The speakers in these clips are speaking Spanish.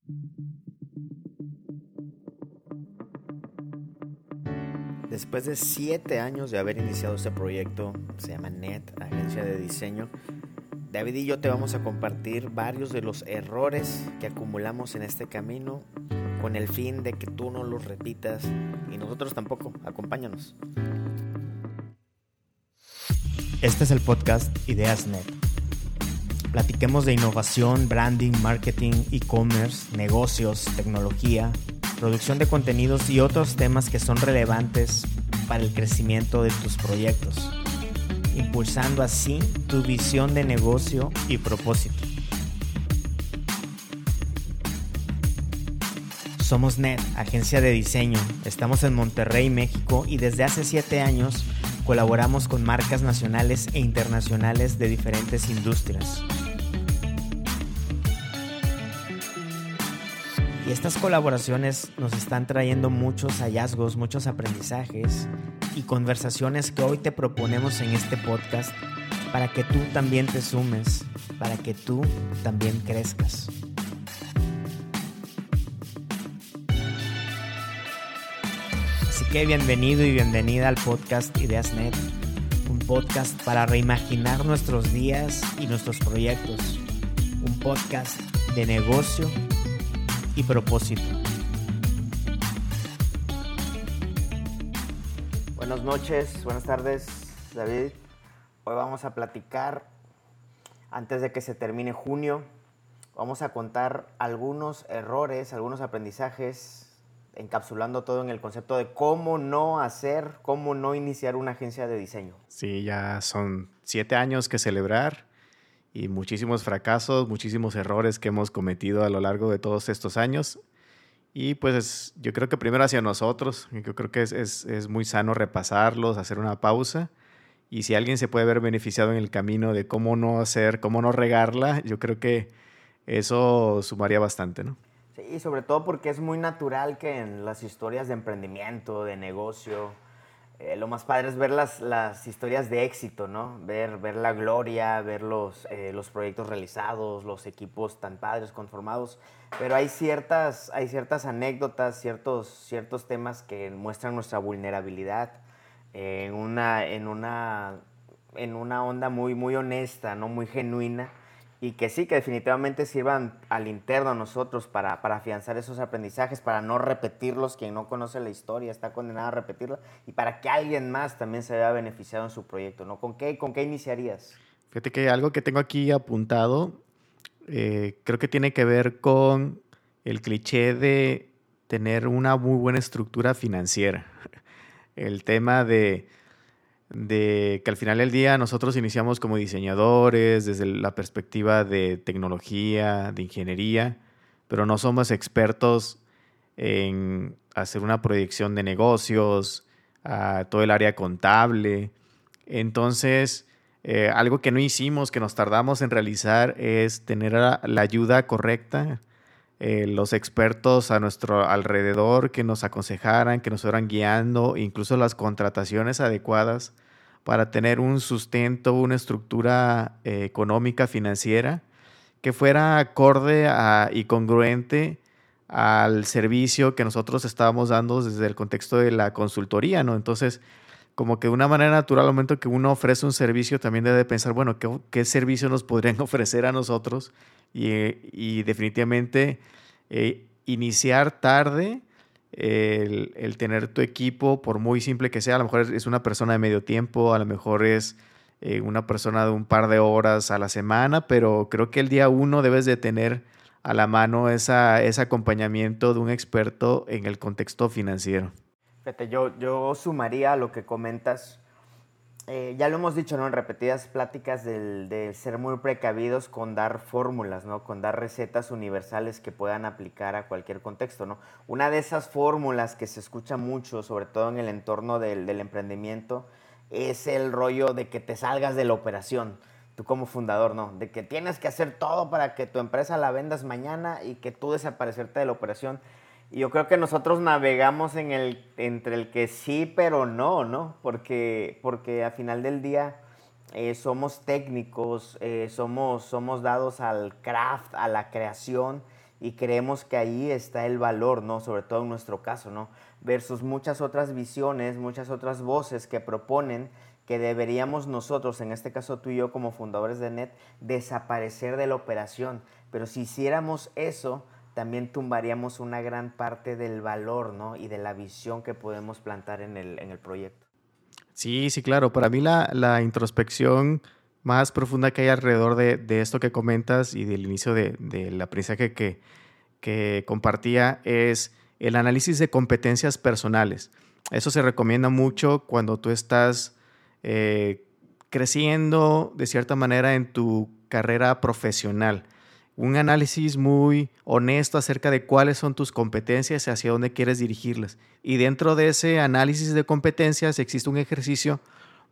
Después de 7 años de haber iniciado este proyecto, se llama NET, Agencia de Diseño, David y yo te vamos a compartir varios de los errores que acumulamos en este camino con el fin de que tú no los repitas y nosotros tampoco. Acompáñanos. Este es el podcast Ideas Net. Platiquemos de innovación, branding, marketing, e-commerce, negocios, tecnología, producción de contenidos y otros temas que son relevantes para el crecimiento de tus proyectos, impulsando así tu visión de negocio y propósito. Somos NET, agencia de diseño. Estamos en Monterrey, México, y desde hace 7 años colaboramos con marcas nacionales e internacionales de diferentes industrias. Y estas colaboraciones nos están trayendo muchos hallazgos, muchos aprendizajes y conversaciones que hoy te proponemos en este podcast para que tú también te sumes, para que tú también crezcas. Así que bienvenido y bienvenida al podcast Ideas Net, un podcast para reimaginar nuestros días y nuestros proyectos, un podcast de negocio y propósito. Buenas noches, buenas tardes, David. Hoy vamos a platicar, antes de que se termine junio, vamos a contar algunos errores, algunos aprendizajes, encapsulando todo en el concepto de cómo no iniciar una agencia de diseño. Sí, ya son 7 años que celebrar y muchísimos fracasos, muchísimos errores que hemos cometido a lo largo de todos estos años. Y pues yo creo que primero hacia nosotros, yo creo que es muy sano repasarlos, hacer una pausa. Y si alguien se puede ver beneficiado en el camino de cómo no regarla, yo creo que eso sumaría bastante, ¿no? Sí, y sobre todo porque es muy natural que en las historias de emprendimiento, de negocio, lo más padre es ver las historias de éxito, ¿no? Ver la gloria, ver los proyectos realizados, los equipos tan padres conformados. Pero hay ciertas anécdotas, ciertos temas que muestran nuestra vulnerabilidad en una onda muy, muy honesta, ¿no? Muy genuina. Y que sí, que definitivamente sirvan al interno a nosotros para afianzar esos aprendizajes, para no repetirlos. Quien no conoce la historia está condenado a repetirla, y para que alguien más también se vea beneficiado en su proyecto, ¿no? ¿Con qué iniciarías? Fíjate que algo que tengo aquí apuntado, creo que tiene que ver con el cliché de tener una muy buena estructura financiera. El tema de que al final del día nosotros iniciamos como diseñadores desde la perspectiva de tecnología, de ingeniería, pero no somos expertos en hacer una proyección de negocios, todo el área contable. Entonces, algo que no hicimos, que nos tardamos en realizar, es tener la ayuda correcta, los expertos a nuestro alrededor que nos aconsejaran, que nos fueran guiando, incluso las contrataciones adecuadas para tener un sustento, una estructura económica, financiera, que fuera acorde y congruente al servicio que nosotros estábamos dando desde el contexto de la consultoría, ¿no? Entonces, como que de una manera natural, al momento que uno ofrece un servicio, también debe pensar, bueno, ¿qué servicio nos podrían ofrecer a nosotros? Y definitivamente iniciar tarde el tener tu equipo, por muy simple que sea. A lo mejor es una persona de medio tiempo, a lo mejor es una persona de un par de horas a la semana, pero creo que el día 1 debes de tener a la mano ese acompañamiento de un experto en el contexto financiero. Fíjate, yo sumaría a lo que comentas. Ya lo hemos dicho, ¿no? En repetidas pláticas de ser muy precavidos con dar fórmulas, ¿no? Con dar recetas universales que puedan aplicar a cualquier contexto, ¿no? Una de esas fórmulas que se escucha mucho, sobre todo en el entorno del emprendimiento, es el rollo de que te salgas de la operación, tú como fundador, ¿no? De que tienes que hacer todo para que tu empresa la vendas mañana y que tú desaparecerte de la operación. Y yo creo que nosotros navegamos entre el que sí, pero no, ¿no? Porque al final del día somos técnicos, somos dados al craft, a la creación, y creemos que ahí está el valor, ¿no? Sobre todo en nuestro caso, ¿no? Versus muchas otras visiones, muchas otras voces que proponen que deberíamos nosotros, en este caso tú y yo como fundadores de NET, desaparecer de la operación. Pero si hiciéramos eso, también tumbaríamos una gran parte del valor, ¿no? Y de la visión que podemos plantar en el proyecto. Sí, sí, claro. Para mí la introspección más profunda que hay alrededor de esto que comentas y del inicio del aprendizaje que compartía es el análisis de competencias personales. Eso se recomienda mucho cuando tú estás creciendo de cierta manera en tu carrera profesional. Un análisis muy honesto acerca de cuáles son tus competencias y hacia dónde quieres dirigirlas. Y dentro de ese análisis de competencias existe un ejercicio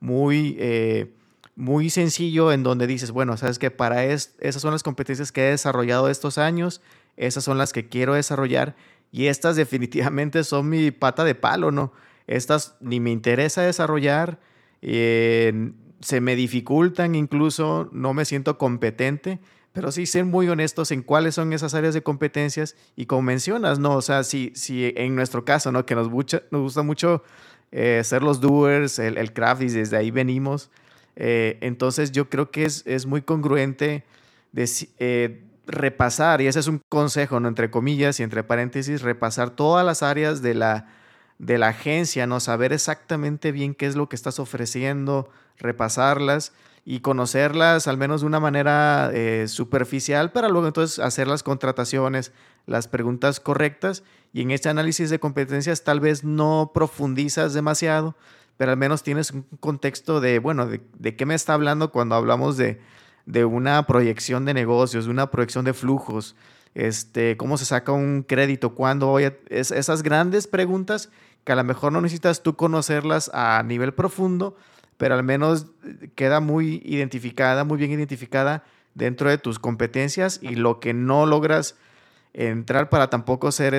muy sencillo en donde dices, bueno, sabes que esas son las competencias que he desarrollado estos años, esas son las que quiero desarrollar y estas definitivamente son mi pata de palo, ¿no? Estas ni me interesa desarrollar, se me dificultan incluso, no me siento competente, pero sí ser muy honestos en cuáles son esas áreas de competencias y como mencionas, ¿no? O sea, si en nuestro caso, ¿no? Que nos gusta mucho ser los doers, el craft y desde ahí venimos, entonces yo creo que es muy congruente repasar, y ese es un consejo, ¿no? Entre comillas y entre paréntesis, repasar todas las áreas de la agencia, ¿no? Saber exactamente bien qué es lo que estás ofreciendo, repasarlas y conocerlas al menos de una manera superficial para luego entonces hacer las contrataciones, las preguntas correctas y en este análisis de competencias tal vez no profundizas demasiado, pero al menos tienes un contexto de qué me está hablando cuando hablamos de una proyección de negocios, de una proyección de flujos, cómo se saca un crédito, cuándo esas grandes preguntas que a lo mejor no necesitas tú conocerlas a nivel profundo, pero al menos queda muy identificada, muy bien identificada dentro de tus competencias y lo que no logras entrar para tampoco ser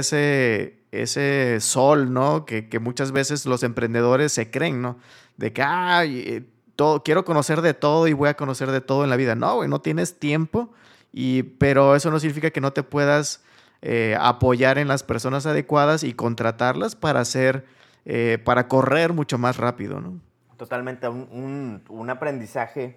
ese sol, ¿no? Que muchas veces los emprendedores se creen, ¿no? De que, quiero conocer de todo y voy a conocer de todo en la vida. No, güey, no tienes tiempo, pero eso no significa que no te puedas apoyar en las personas adecuadas y contratarlas para correr mucho más rápido, ¿no? Totalmente, un aprendizaje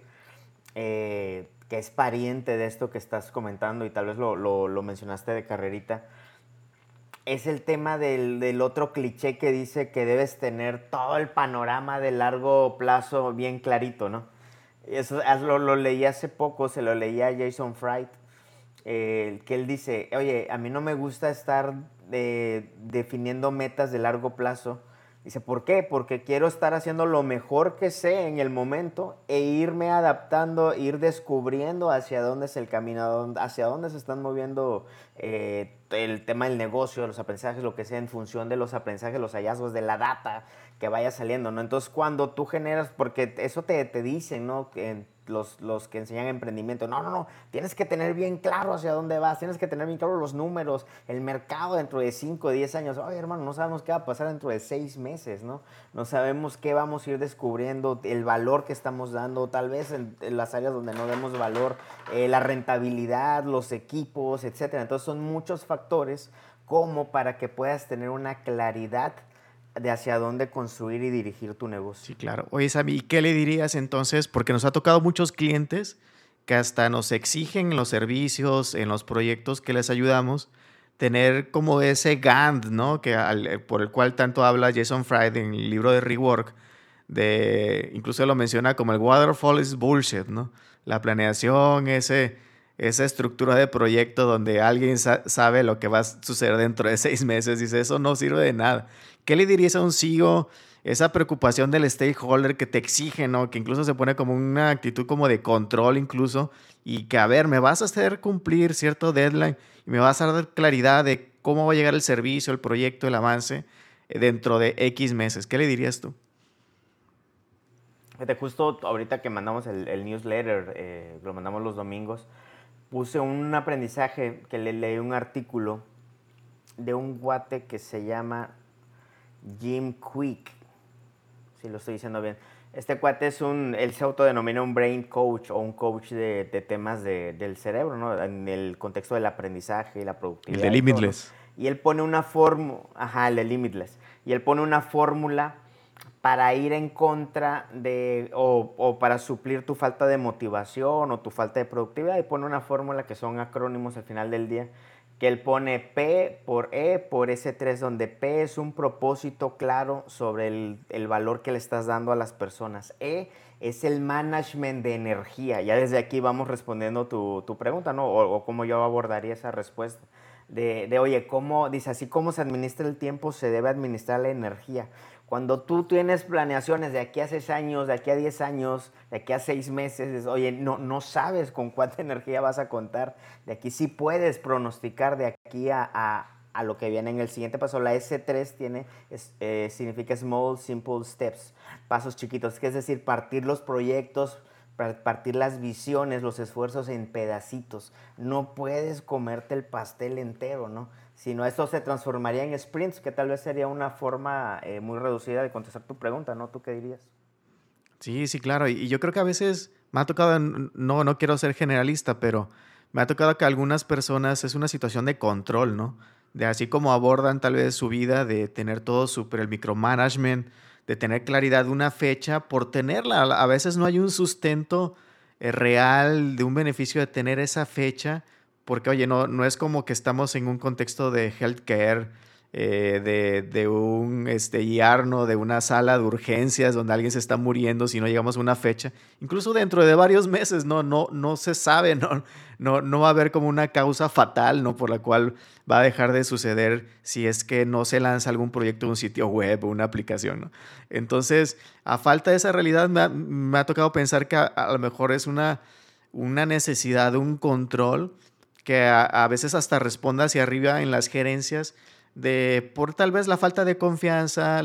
que es pariente de esto que estás comentando y tal vez lo mencionaste de carrerita, es el tema del otro cliché que dice que debes tener todo el panorama de largo plazo bien clarito, ¿no? Eso lo leí hace poco, se lo leí a Jason Fried, que él dice, oye, a mí no me gusta estar definiendo metas de largo plazo. Dice, ¿por qué? Porque quiero estar haciendo lo mejor que sé en el momento e irme adaptando, ir descubriendo hacia dónde es el camino, hacia dónde se están moviendo el tema del negocio, los aprendizajes, lo que sea, en función de los aprendizajes, los hallazgos, de la data que vaya saliendo, ¿no? Entonces, cuando tú generas, porque eso te dicen, ¿no? Que los que enseñan emprendimiento, no, tienes que tener bien claro hacia dónde vas, tienes que tener bien claro los números, el mercado dentro de 5 o 10 años. Oye, hermano, no sabemos qué va a pasar dentro de 6 meses, ¿no? No sabemos qué vamos a ir descubriendo, el valor que estamos dando, tal vez en las áreas donde no demos valor, la rentabilidad, los equipos, etcétera. Entonces son muchos factores como para que puedas tener una claridad de hacia dónde construir y dirigir tu negocio. Sí, claro. Oye, Sammy, ¿y qué le dirías entonces? Porque nos ha tocado muchos clientes que hasta nos exigen en los servicios, en los proyectos que les ayudamos, tener como ese Gantt, ¿no? Por el cual tanto habla Jason Fried en el libro de Rework, incluso lo menciona como el waterfall is bullshit, ¿no? La planeación, esa estructura de proyecto donde alguien sabe lo que va a suceder dentro de 6 meses, dice, eso no sirve de nada. ¿Qué le dirías a un CEO? Esa preocupación del stakeholder que te exige, ¿no? Que incluso se pone como una actitud como de control incluso y que, a ver, me vas a hacer cumplir cierto deadline y me vas a dar claridad de cómo va a llegar el servicio, el proyecto, el avance dentro de X meses. ¿Qué le dirías tú? Justo ahorita que mandamos el newsletter, lo mandamos los domingos, puse un aprendizaje que le leí un artículo de un guate que se llama Jim Quick, si lo estoy diciendo bien. Este cuate él se autodenomina un brain coach o un coach de temas del cerebro, ¿no? En el contexto del aprendizaje y la productividad. El de Limitless. Todo, ¿no? Y él pone una fórmula, el de Limitless. Y él pone una fórmula para ir en contra o para suplir tu falta de motivación o tu falta de productividad. Y pone una fórmula que son acrónimos al final del día, que él pone P por E por S3, donde P es un propósito claro sobre el valor que le estás dando a las personas. E es el management de energía. Ya desde aquí vamos respondiendo tu pregunta, ¿no? O cómo yo abordaría esa respuesta. Oye, dice, así como se administra el tiempo, se debe administrar la energía. Cuando tú tienes planeaciones de aquí a 6 años, de aquí a 10 años, de aquí a 6 meses, oye, no sabes con cuánta energía vas a contar. De aquí sí puedes pronosticar de aquí a lo que viene en el siguiente paso. La S3 significa Small Simple Steps, pasos chiquitos, que es decir, partir los proyectos, partir las visiones, los esfuerzos en pedacitos. No puedes comerte el pastel entero, ¿no? Sino esto se transformaría en sprints, que tal vez sería una forma muy reducida de contestar tu pregunta, ¿no? ¿Tú qué dirías? Sí, sí, claro. Y yo creo que a veces me ha tocado, no quiero ser generalista, pero me ha tocado que algunas personas es una situación de control, ¿no? De así como abordan tal vez su vida, de tener todo súper el micromanagement, de tener claridad de una fecha por tenerla. A veces no hay un sustento real de un beneficio de tener esa fecha, porque, oye, no es como que estamos en un contexto de healthcare, de un ER, ¿no? De una sala de urgencias donde alguien se está muriendo si no llegamos a una fecha. Incluso dentro de varios meses, no se sabe, no va a haber como una causa fatal, ¿no? Por la cual va a dejar de suceder si es que no se lanza algún proyecto, un sitio web o una aplicación, ¿no? Entonces, a falta de esa realidad, me ha tocado pensar que a lo mejor es una necesidad de un control que a veces hasta responda hacia arriba en las gerencias por tal vez la falta de confianza,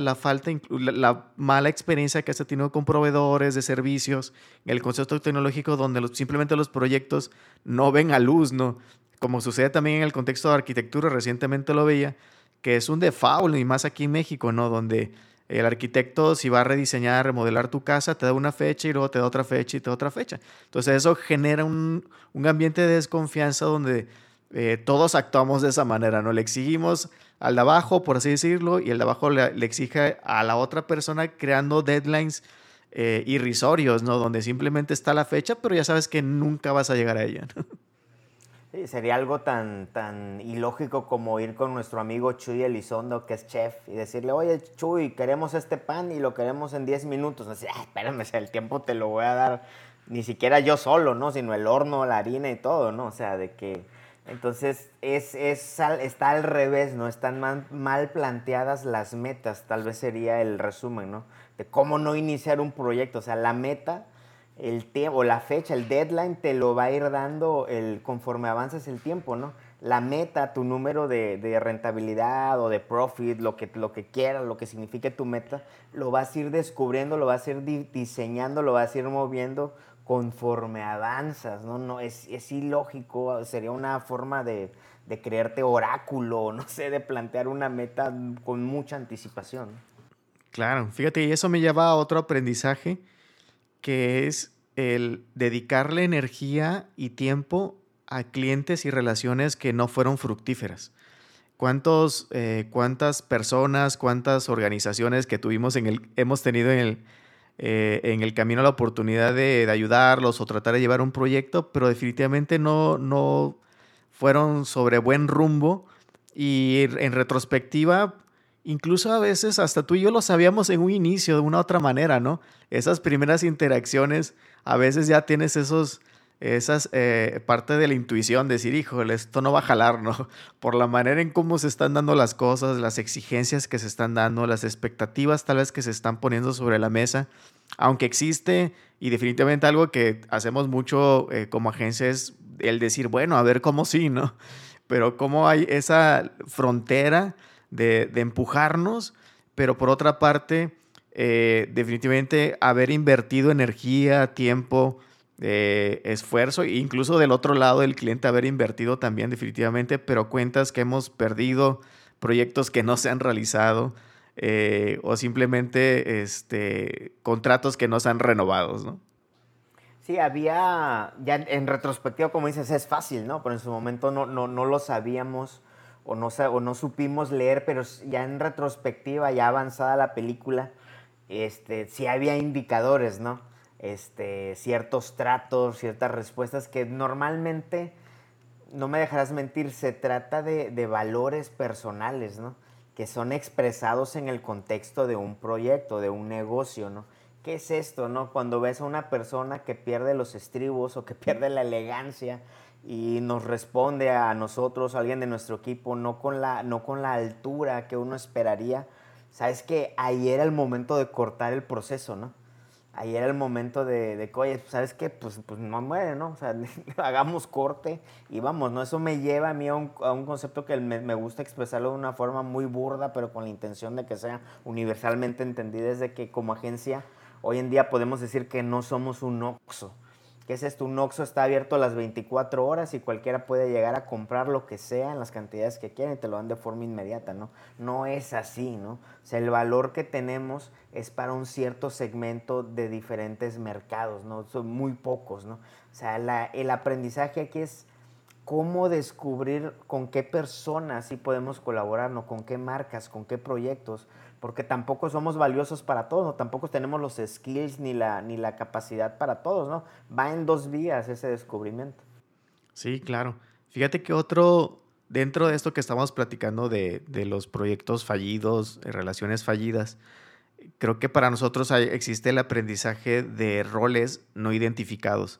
la mala experiencia que has tenido con proveedores de servicios, el concepto tecnológico donde simplemente los proyectos no ven a luz, ¿no? Como sucede también en el contexto de arquitectura, recientemente lo veía, que es un default, y más aquí en México, ¿no? Donde el arquitecto, si va a rediseñar, remodelar tu casa, te da una fecha y luego te da otra fecha y te da otra fecha. Entonces eso genera un ambiente de desconfianza donde todos actuamos de esa manera, ¿no? Le exigimos al de abajo, por así decirlo, y el de abajo le exige a la otra persona creando deadlines irrisorios, ¿no? Donde simplemente está la fecha, pero ya sabes que nunca vas a llegar a ella, ¿no? Sí, sería algo tan ilógico como ir con nuestro amigo Chuy Elizondo, que es chef, y decirle, oye, Chuy, queremos este pan y lo queremos en 10 minutos. Así, espérame, el tiempo te lo voy a dar, ni siquiera yo solo, ¿no? Sino el horno, la harina y todo, ¿no? O sea, de que... Entonces, está al revés, ¿no? Están mal planteadas las metas, tal vez sería el resumen, ¿no? De cómo no iniciar un proyecto. O sea, la meta, el tiempo, la fecha, el deadline te lo va a ir dando conforme avances el tiempo, ¿no? La meta, tu número de rentabilidad o de profit, lo que quieras, lo que signifique tu meta, lo vas a ir descubriendo, lo vas a ir diseñando, lo vas a ir moviendo conforme avanzas, ¿no? Es ilógico, sería una forma de creerte oráculo, no sé, de plantear una meta con mucha anticipación. Claro, fíjate, y eso me lleva a otro aprendizaje, que es el dedicarle energía y tiempo a clientes y relaciones que no fueron fructíferas. ¿Cuántas personas, cuántas organizaciones que hemos tenido en el camino la oportunidad de ayudarlos o tratar de llevar un proyecto, pero definitivamente no fueron sobre buen rumbo, y en retrospectiva, incluso a veces hasta tú y yo lo sabíamos en un inicio de una u otra manera, ¿no? Esas primeras interacciones, a veces ya tienes esas parte de la intuición, decir, híjole, esto no va a jalar, ¿no? Por la manera en cómo se están dando las cosas, las exigencias que se están dando, las expectativas tal vez que se están poniendo sobre la mesa, aunque existe, y definitivamente algo que hacemos mucho como agencia es el decir, bueno, a ver cómo sí, ¿no? Pero cómo hay esa frontera de empujarnos, pero por otra parte, definitivamente haber invertido energía, tiempo, esfuerzo, e incluso del otro lado del cliente haber invertido también definitivamente, pero cuentas que hemos perdido, proyectos que no se han realizado, o simplemente contratos que no se han renovado, ¿no? Sí, había, ya en retrospectiva, como dices, es fácil, ¿no? Pero en su momento no lo sabíamos o no supimos leer, pero ya en retrospectiva, ya avanzada la película, sí había indicadores, ¿no? Ciertos tratos, ciertas respuestas que normalmente, no me dejarás mentir, se trata de valores personales, ¿no? Que son expresados en el contexto de un proyecto, de un negocio, ¿no? ¿Qué es esto, no? Cuando ves a una persona que pierde los estribos o que pierde la elegancia y nos responde a nosotros, a alguien de nuestro equipo, no con la altura que uno esperaría, sabes que ahí era el momento de cortar el proceso, ¿no? Ahí era el momento de que, oye, ¿sabes qué? Pues no muere, ¿no? O sea, hagamos corte y vamos, ¿no? Eso me lleva a mí a un concepto que me gusta expresarlo de una forma muy burda, pero con la intención de que sea universalmente entendida, es de que como agencia, hoy en día podemos decir que no somos un Oxxo. ¿Qué es esto? Un Oxxo está abierto a las 24 horas y cualquiera puede llegar a comprar lo que sea en las cantidades que quiera y te lo dan de forma inmediata, ¿no? No es así, ¿no? O sea, el valor que tenemos es para un cierto segmento de diferentes mercados, ¿no? Son muy pocos, ¿no? O sea, el aprendizaje aquí es cómo descubrir con qué personas sí podemos colaborar, ¿no? Con qué marcas, con qué proyectos, porque tampoco somos valiosos para todos, ¿no? Tampoco tenemos los skills ni la capacidad para todos, ¿no? Va en dos vías ese descubrimiento. Sí, claro. Fíjate que dentro de esto que estamos platicando de los proyectos fallidos, relaciones fallidas, creo que para nosotros existe el aprendizaje de roles no identificados.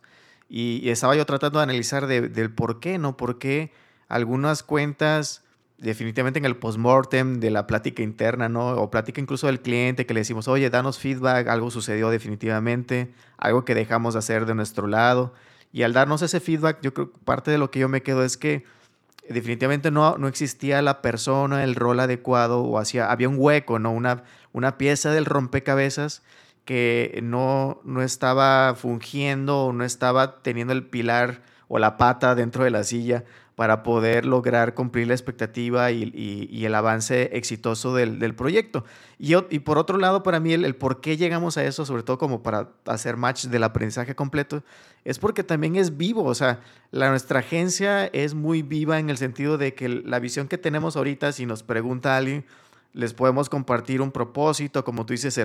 Y estaba yo tratando de analizar del por qué, ¿no? Por qué algunas cuentas, definitivamente en el postmortem de la plática interna, ¿no? O plática incluso del cliente que le decimos, oye, danos feedback, algo sucedió definitivamente, algo que dejamos de hacer de nuestro lado. Y al darnos ese feedback, yo creo que parte de lo que yo me quedo es que definitivamente no existía la persona, el rol adecuado, o había un hueco, ¿no? Una pieza del rompecabezas que no estaba fungiendo o no estaba teniendo el pilar o la pata dentro de la silla para poder lograr cumplir la expectativa y el avance exitoso del proyecto. Y por otro lado, para mí, el por qué llegamos a eso, sobre todo como para hacer match del aprendizaje completo, es porque también es vivo. O sea, nuestra agencia es muy viva en el sentido de que la visión que tenemos ahorita, si nos pregunta alguien, les podemos compartir un propósito, como tú dices,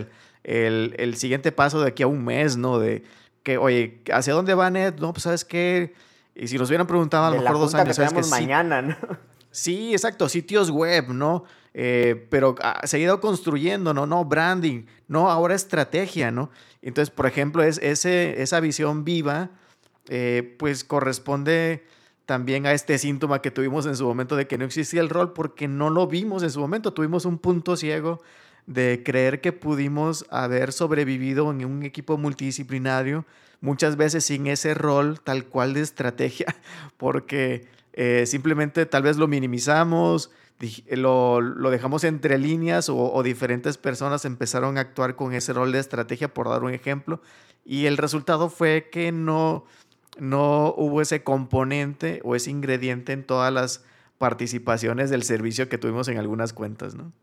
el siguiente paso de aquí a un mes, ¿no? De que, oye, ¿hacia dónde va Ned? No, pues, ¿sabes qué? Y si nos hubieran preguntado a lo mejor 2 años, Que ¿sabes qué? tenemos mañana, ¿no? Sí, exacto, sitios web, ¿no? Pero se ha ido construyendo, ¿no? No, branding, no, ahora estrategia, ¿no? Entonces, por ejemplo, esa visión viva, pues corresponde también a este síntoma que tuvimos en su momento de que no existía el rol porque no lo vimos en su momento. Tuvimos un punto ciego de creer que pudimos haber sobrevivido en un equipo multidisciplinario, muchas veces sin ese rol tal cual de estrategia, porque simplemente tal vez lo minimizamos, lo dejamos entre líneas o diferentes personas empezaron a actuar con ese rol de estrategia, por dar un ejemplo, y el resultado fue que no hubo ese componente o ese ingrediente en todas las participaciones del servicio que tuvimos en algunas cuentas, ¿no?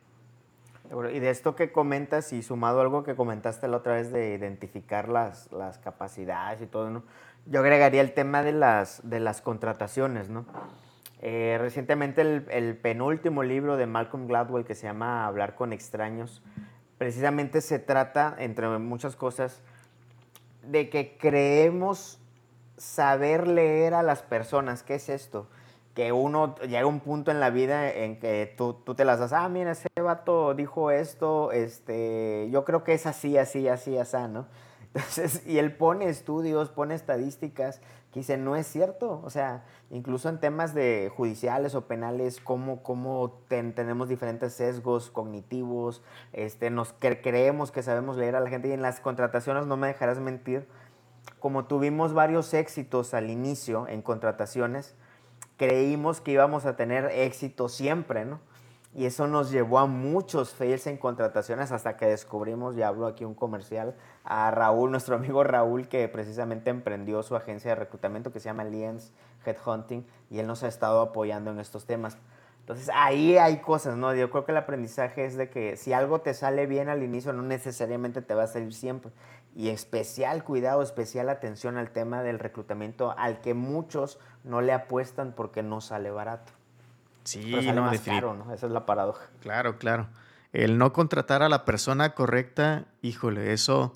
Y de esto que comentas y sumado a algo que comentaste la otra vez de identificar las capacidades y todo, ¿no? Yo agregaría el tema de las contrataciones, ¿no? Recientemente el penúltimo libro de Malcolm Gladwell que se llama Hablar con extraños, precisamente se trata, entre muchas cosas, de que creemos saber leer a las personas. ¿Qué es esto? Que uno llega a un punto en la vida en que tú te las das, mira, ese vato dijo esto, yo creo que es así, así, así, así, ¿no? Entonces, y él pone estudios, pone estadísticas que dicen, no es cierto. O sea, incluso en temas de judiciales o penales, cómo tenemos diferentes sesgos cognitivos, creemos que sabemos leer a la gente, y en las contrataciones, no me dejarás mentir, como tuvimos varios éxitos al inicio en contrataciones, creímos que íbamos a tener éxito siempre, ¿no? Y eso nos llevó a muchos fails en contrataciones hasta que descubrimos, ya hablo aquí un comercial, a Raúl, nuestro amigo Raúl, que precisamente emprendió su agencia de reclutamiento que se llama Liens Headhunting, y él nos ha estado apoyando en estos temas. Entonces, ahí hay cosas, ¿no? Yo creo que el aprendizaje es de que si algo te sale bien al inicio, no necesariamente te va a salir siempre. Y especial cuidado, especial atención al tema del reclutamiento, al que muchos no le apuestan porque no sale barato. Pero Sí, sale no, más caro, ¿no? Esa es la paradoja. Claro, claro. El no contratar a la persona correcta, híjole, eso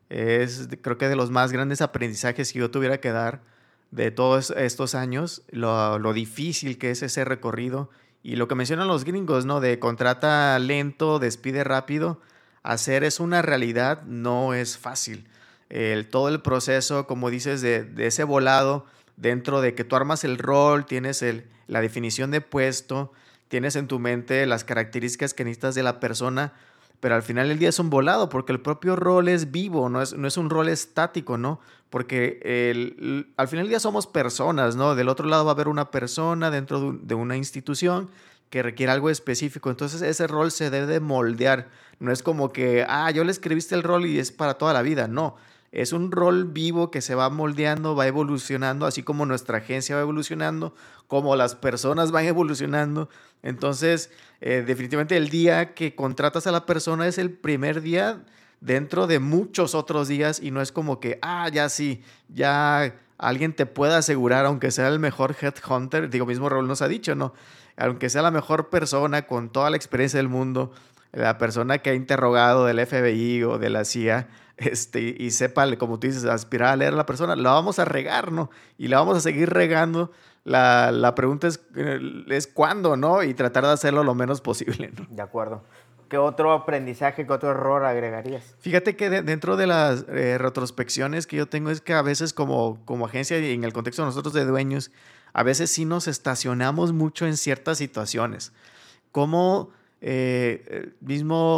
es creo que de los más grandes aprendizajes que yo tuviera que dar de todos estos años, lo difícil que es ese recorrido y lo que mencionan los gringos, ¿no? De contrata lento, despide rápido, hacer eso una realidad no es fácil. Todo el proceso, como dices, de ese volado, dentro de que tú armas el rol, tienes la definición de puesto, tienes en tu mente las características que necesitas de la persona, pero al final del día es un volado, porque el propio rol es vivo, no es un rol estático, ¿no? Porque al final del día somos personas, ¿no? Del otro lado va a haber una persona dentro de una institución que requiere algo específico, entonces ese rol se debe de moldear, no es como que, yo le escribiste el rol y es para toda la vida, no. Es un rol vivo que se va moldeando, va evolucionando, así como nuestra agencia va evolucionando, como las personas van evolucionando. Entonces, definitivamente el día que contratas a la persona es el primer día dentro de muchos otros días y no es como que, ya sí, ya alguien te pueda asegurar, aunque sea el mejor headhunter, digo, mismo Raúl nos ha dicho, ¿no? Aunque sea la mejor persona con toda la experiencia del mundo, la persona que ha interrogado del FBI o de la CIA, y sepa, como tú dices, aspirar a leer a la persona, la vamos a regar, ¿no? Y la vamos a seguir regando. La pregunta es cuándo, ¿no? Y tratar de hacerlo lo menos posible, ¿no? De acuerdo. ¿Qué otro aprendizaje, qué otro error agregarías? Fíjate que dentro de las retrospecciones que yo tengo es que a veces como agencia y en el contexto de nosotros de dueños, a veces sí nos estacionamos mucho en ciertas situaciones. Como mismo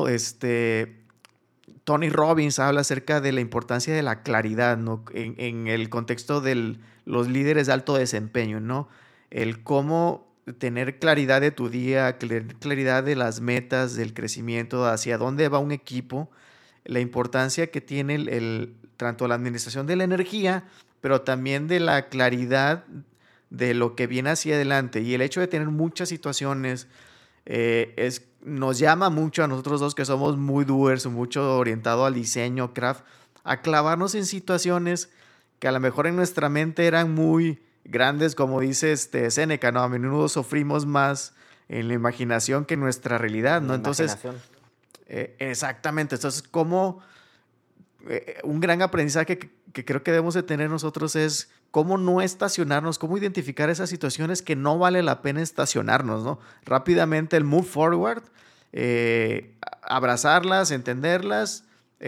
Tony Robbins habla acerca de la importancia de la claridad, ¿no? En el contexto de los líderes de alto desempeño, ¿no? El cómo tener claridad de tu día, claridad de las metas, del crecimiento, hacia dónde va un equipo, la importancia que tiene tanto la administración de la energía, pero también de la claridad de lo que viene hacia adelante. Y el hecho de tener muchas situaciones nos llama mucho a nosotros dos que somos muy doers, mucho orientado al diseño, craft, a clavarnos en situaciones que a lo mejor en nuestra mente eran muy grandes, como dice Séneca, ¿no? A menudo sufrimos más en la imaginación que en nuestra realidad, ¿no? Entonces, exactamente, entonces como un gran aprendizaje que creo que debemos de tener nosotros es cómo no estacionarnos, cómo identificar esas situaciones que no vale la pena estacionarnos, ¿no? Rápidamente el move forward, abrazarlas, entenderlas,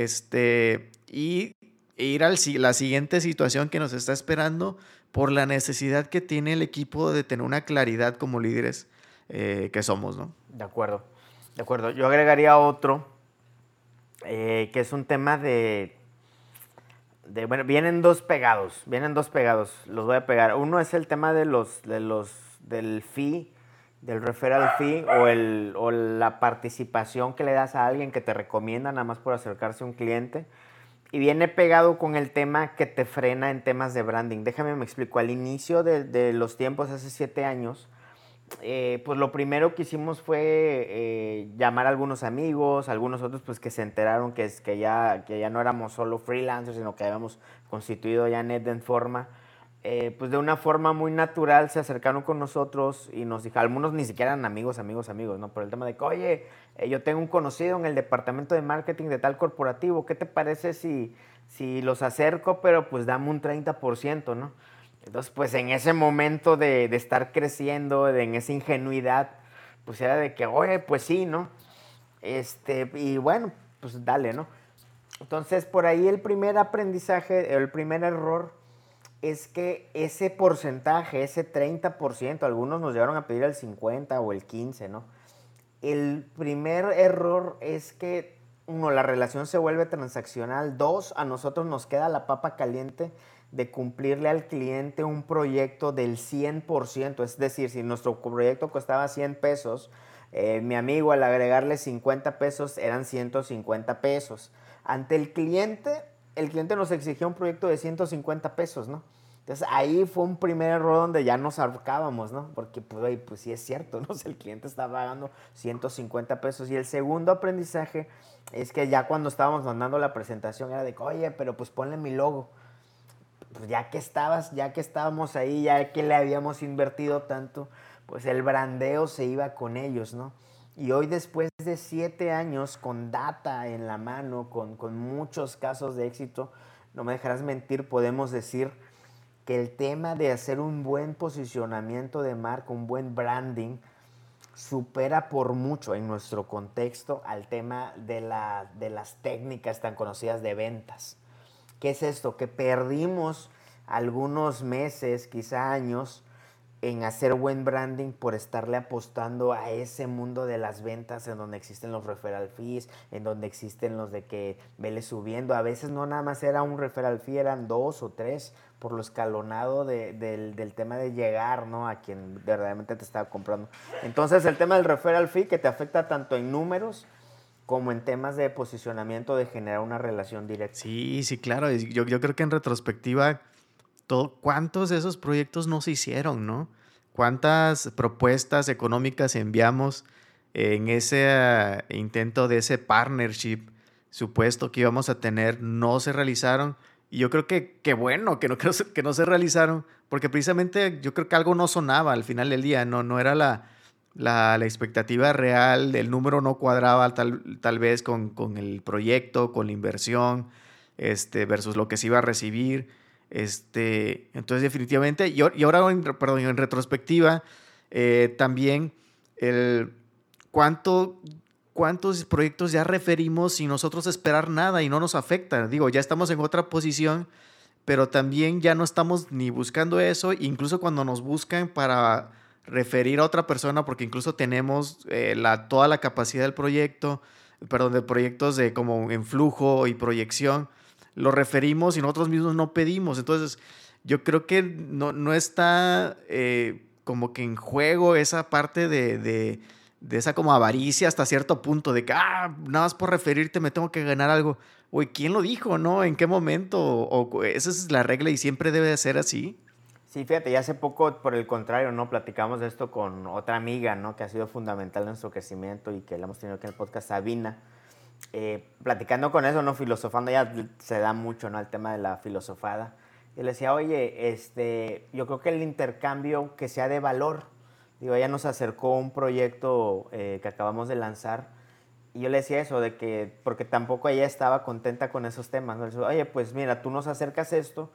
y ir a la siguiente situación que nos está esperando por la necesidad que tiene el equipo de tener una claridad como líderes que somos, ¿no? De acuerdo, de acuerdo. Yo agregaría otro, que es un tema bueno, vienen dos pegados, los voy a pegar. Uno es el tema del fee, del referral fee o la participación que le das a alguien que te recomienda nada más por acercarse a un cliente. Y viene pegado con el tema que te frena en temas de branding. Déjame me explico. Al inicio de los tiempos, hace 7 años, pues lo primero que hicimos fue llamar a algunos amigos, algunos otros pues que se enteraron que ya no éramos solo freelancers, sino que habíamos constituido ya Net en forma. Pues de una forma muy natural se acercaron con nosotros y nos dijeron, algunos ni siquiera eran amigos, ¿no? Por el tema de que, oye, yo tengo un conocido en el departamento de marketing de tal corporativo, ¿qué te parece si los acerco, pero pues dame un 30%, ¿no? Entonces, pues en ese momento de estar creciendo, en esa ingenuidad, pues era de que, oye, pues sí, ¿no? Y bueno, pues dale, ¿no? Entonces, por ahí el primer aprendizaje, el primer error es que ese porcentaje, ese 30%, algunos nos llegaron a pedir el 50 o el 15, ¿no? El primer error es que, uno, la relación se vuelve transaccional. Dos, a nosotros nos queda la papa caliente de cumplirle al cliente un proyecto del 100%. Es decir, si nuestro proyecto costaba 100 pesos, mi amigo al agregarle 50 pesos eran 150 pesos. Ante el cliente nos exigía un proyecto de 150 pesos, ¿no? Entonces ahí fue un primer error donde ya nos ahorcábamos, ¿no? Porque pues sí es cierto, ¿no? O sea, el cliente está pagando 150 pesos. Y el segundo aprendizaje es que ya cuando estábamos mandando la presentación era de, oye, pero pues ponle mi logo. Pues ya que estábamos ahí, ya que le habíamos invertido tanto, pues el brandeo se iba con ellos, ¿no? Y hoy, después de 7 años, con data en la mano, con muchos casos de éxito, no me dejarás mentir, podemos decir que el tema de hacer un buen posicionamiento de marca, un buen branding, supera por mucho en nuestro contexto al tema de las técnicas tan conocidas de ventas. ¿Qué es esto? Que perdimos algunos meses, quizá años, en hacer buen branding por estarle apostando a ese mundo de las ventas en donde existen los referral fees, en donde existen los de que vele subiendo. A veces no nada más era un referral fee, eran 2 o 3 por lo escalonado del tema de llegar, ¿no? A quien verdaderamente te estaba comprando. Entonces el tema del referral fee que te afecta tanto en números como en temas de posicionamiento, de generar una relación directa. Sí, sí, claro. Yo creo que en retrospectiva, ¿cuántos de esos proyectos no se hicieron, no? ¿Cuántas propuestas económicas enviamos en ese intento de ese partnership supuesto que íbamos a tener? No se realizaron. Y yo creo que bueno, que no se realizaron, porque precisamente yo creo que algo no sonaba al final del día, no era la expectativa real, el número no cuadraba tal vez con el proyecto, con la inversión, versus lo que se iba a recibir. Entonces definitivamente, y ahora en retrospectiva, también cuántos proyectos ya referimos sin nosotros esperar nada y no nos afecta. Digo, ya estamos en otra posición, pero también ya no estamos ni buscando eso, incluso cuando nos buscan para referir a otra persona, porque incluso tenemos toda la capacidad del proyecto, de proyectos de como en flujo y proyección, lo referimos y nosotros mismos no pedimos. Entonces, yo creo que no está como que en juego esa parte de esa como avaricia hasta cierto punto, de que nada más por referirte me tengo que ganar algo. Oye, ¿quién lo dijo, no? ¿En qué momento? O esa es la regla y siempre debe de ser así. Sí, fíjate, ya hace poco, por el contrario, ¿no? Platicamos de esto con otra amiga, ¿no? Que ha sido fundamental en nuestro crecimiento y que la hemos tenido aquí en el podcast, Sabina. Platicando con eso, ¿no? Filosofando, ya se da mucho, ¿no? El tema de la filosofada. Y le decía, oye, yo creo que el intercambio que sea de valor. Digo, ella nos acercó un proyecto que acabamos de lanzar. Y yo le decía eso, de que, porque tampoco ella estaba contenta con esos temas, ¿no? Le decía, oye, pues mira, tú nos acercas esto,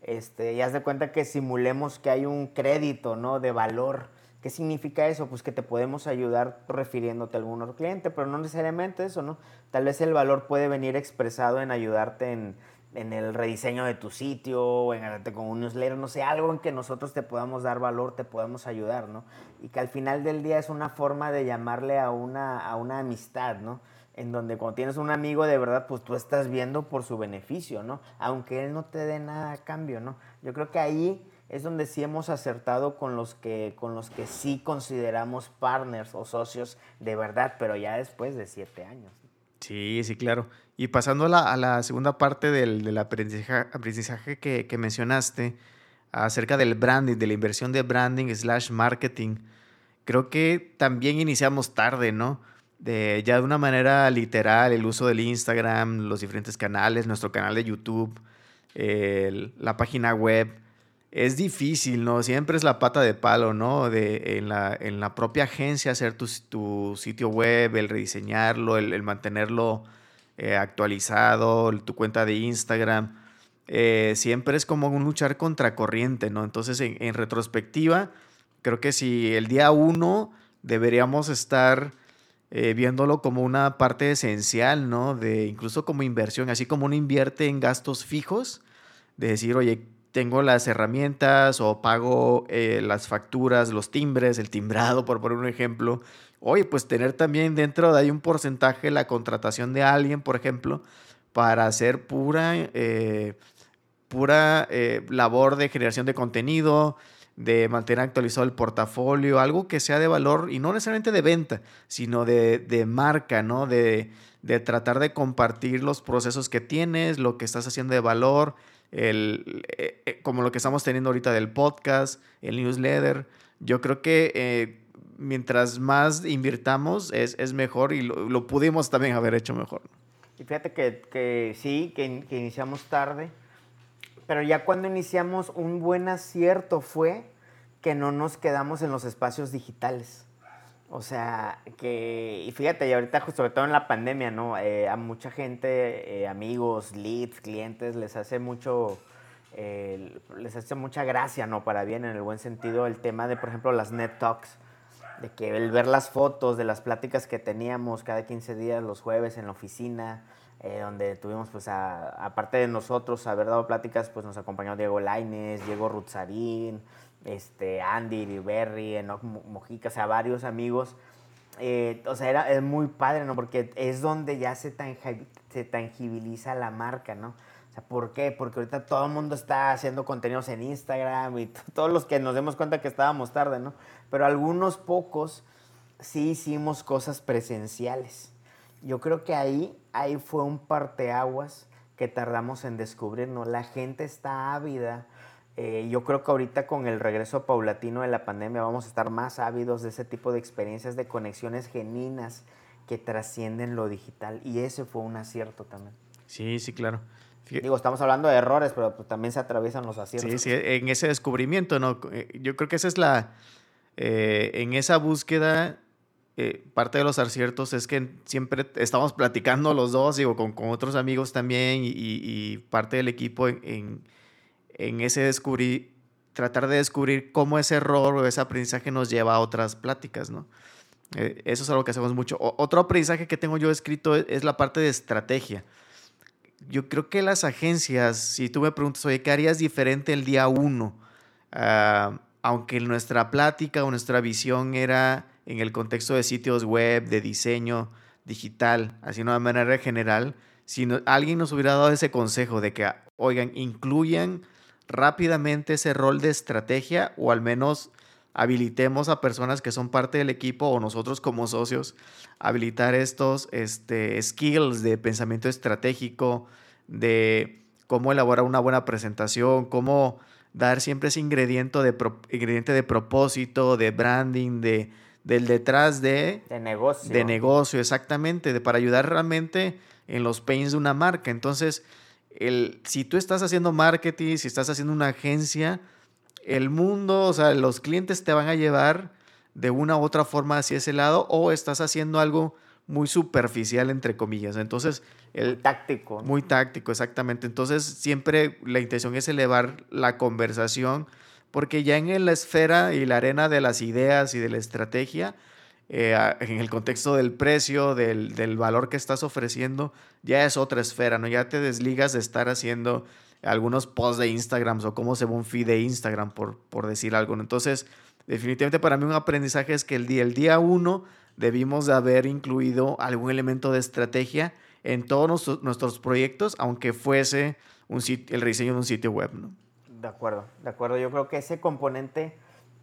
y haz de cuenta que simulemos que hay un crédito, ¿no? De valor. ¿Qué significa eso? Pues que te podemos ayudar refiriéndote a algún otro cliente, pero no necesariamente eso, ¿no? Tal vez el valor puede venir expresado en ayudarte en el rediseño de tu sitio, o en ayudarte con un newsletter, no sé, algo en que nosotros te podamos dar valor, te podamos ayudar, ¿no? Y que al final del día es una forma de llamarle a una amistad, ¿no? En donde cuando tienes un amigo de verdad, pues tú estás viendo por su beneficio, ¿no? Aunque él no te dé nada a cambio, ¿no? Yo creo que ahí es donde sí hemos acertado con los que sí consideramos partners o socios de verdad, pero ya después de 7 años. Sí, sí, claro. Y pasando a la segunda parte del aprendizaje que mencionaste, acerca del branding, de la inversión de branding / marketing, creo que también iniciamos tarde, ¿no? Ya de una manera literal, el uso del Instagram, los diferentes canales, nuestro canal de YouTube, la página web. Es difícil, ¿no? Siempre es la pata de palo, ¿no? En la propia agencia hacer tu sitio web, el rediseñarlo, el mantenerlo actualizado, tu cuenta de Instagram. Siempre es como un luchar contra corriente, ¿no? Entonces, en retrospectiva, creo que si el día 1 deberíamos estar viéndolo como una parte esencial, ¿no? Incluso como inversión, así como uno invierte en gastos fijos, de decir, oye, tengo las herramientas o pago las facturas, los timbres, el timbrado, por poner un ejemplo. Oye, pues tener también dentro de ahí un porcentaje la contratación de alguien, por ejemplo, para hacer pura labor de generación de contenido, de mantener actualizado el portafolio, algo que sea de valor y no necesariamente de venta, sino de marca, ¿no? De tratar de compartir los procesos que tienes, lo que estás haciendo de valor, como lo que estamos teniendo ahorita del podcast, el newsletter. Yo creo que mientras más invirtamos es mejor y lo pudimos también haber hecho mejor. Y fíjate que sí, que iniciamos tarde, pero ya cuando iniciamos un buen acierto fue que no nos quedamos en los espacios digitales. O sea, y fíjate, y ahorita sobre todo en la pandemia, ¿no? A mucha gente, amigos, leads, clientes, les hace mucha gracia, ¿no? Para bien, en el buen sentido, el tema de, por ejemplo, las Net Talks, de que el ver las fotos de las pláticas que teníamos cada 15 días, los jueves en la oficina, donde tuvimos, pues, aparte de nosotros haber dado pláticas, pues nos acompañó Diego Lainez, Diego Rutzarín, Andy Riberry, Enoch Mojica, o sea, varios amigos. O sea, es muy padre, ¿no? Porque es donde ya se tangibiliza la marca, ¿no? O sea, ¿por qué? Porque ahorita todo el mundo está haciendo contenidos en Instagram y todos los que nos demos cuenta que estábamos tarde, ¿no? Pero algunos pocos sí hicimos cosas presenciales. Yo creo que ahí fue un parteaguas que tardamos en descubrir, ¿no? La gente está ávida. Yo creo que ahorita con el regreso paulatino de la pandemia vamos a estar más ávidos de ese tipo de experiencias, de conexiones genuinas que trascienden lo digital. Y ese fue un acierto también. Sí, sí, claro. Digo, estamos hablando de errores, pero pues también se atraviesan los aciertos. Sí, sí, en ese descubrimiento, ¿no? Yo creo que esa es en esa búsqueda, parte de los aciertos es que siempre estamos platicando los dos, digo, con otros amigos también y parte del equipo en ese tratar de descubrir cómo ese error o ese aprendizaje nos lleva a otras pláticas, ¿no? Eso es algo que hacemos mucho. Otro aprendizaje que tengo yo escrito es la parte de estrategia. Yo creo que las agencias, si tú me preguntas, oye, ¿qué harías diferente el día 1? Aunque nuestra plática o nuestra visión era en el contexto de sitios web, de diseño digital, así de una manera general, si alguien nos hubiera dado ese consejo de que, oigan, incluyan rápidamente ese rol de estrategia o al menos habilitemos a personas que son parte del equipo o nosotros como socios, habilitar estos skills de pensamiento estratégico, de cómo elaborar una buena presentación, cómo dar siempre ese ingrediente de propósito, de branding, del detrás de negocio. De negocio, exactamente, para ayudar realmente en los pains de una marca. Entonces, si tú estás haciendo marketing, si estás haciendo una agencia, el mundo, o sea, los clientes te van a llevar de una u otra forma hacia ese lado o estás haciendo algo muy superficial, entre comillas. Entonces, muy táctico. Muy táctico, exactamente. Entonces, siempre la intención es elevar la conversación porque ya en la esfera y la arena de las ideas y de la estrategia, en el contexto del precio, del valor que estás ofreciendo, ya es otra esfera, ¿no? Ya te desligas de estar haciendo algunos posts de Instagram o cómo se ve un feed de Instagram, por decir algo. Entonces, definitivamente para mí un aprendizaje es que el día 1 debimos de haber incluido algún elemento de estrategia en todos nuestros proyectos, aunque fuese el rediseño de un sitio web, ¿no? De acuerdo. Yo creo que ese componente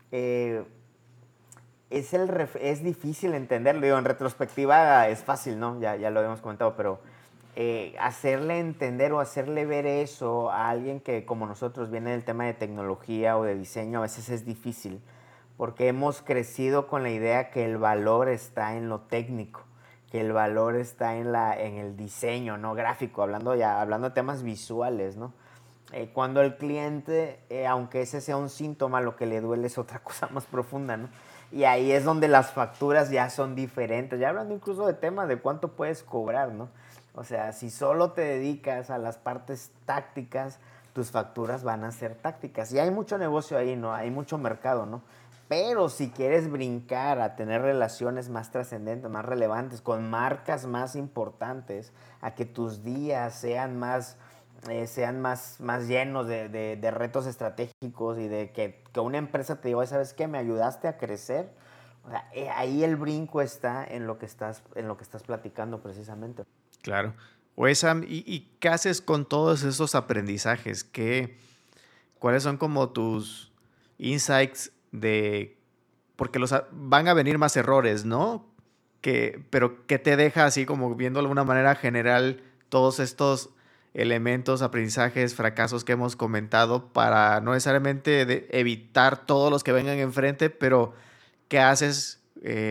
es difícil entenderlo. Digo, en retrospectiva es fácil, ¿no? Ya lo habíamos comentado, pero hacerle entender o hacerle ver eso a alguien que como nosotros viene del tema de tecnología o de diseño, a veces es difícil, porque hemos crecido con la idea que el valor está en lo técnico, que el valor está en el diseño, ¿no? Gráfico, hablando de temas visuales, ¿no? Cuando el cliente, aunque ese sea un síntoma, lo que le duele es otra cosa más profunda, ¿no? Y ahí es donde las facturas ya son diferentes, ya hablando incluso de temas de cuánto puedes cobrar, ¿no? O sea, si solo te dedicas a las partes tácticas, tus facturas van a ser tácticas. Y hay mucho negocio ahí, ¿no? Hay mucho mercado, ¿no? Pero si quieres brincar a tener relaciones más trascendentes, más relevantes, con marcas más importantes, a que tus días sean más llenos de retos estratégicos y de que una empresa te diga, ¿sabes qué? Me ayudaste a crecer. O sea, ahí el brinco está en lo que estás platicando precisamente. Claro. Oye, Sam, ¿y qué haces con todos esos aprendizajes? ¿Cuáles son como tus insights porque van a venir más errores, ¿no? Pero ¿qué te deja así como viendo de alguna manera general todos estos elementos, aprendizajes, fracasos que hemos comentado para no necesariamente evitar todos los que vengan enfrente, pero ¿qué haces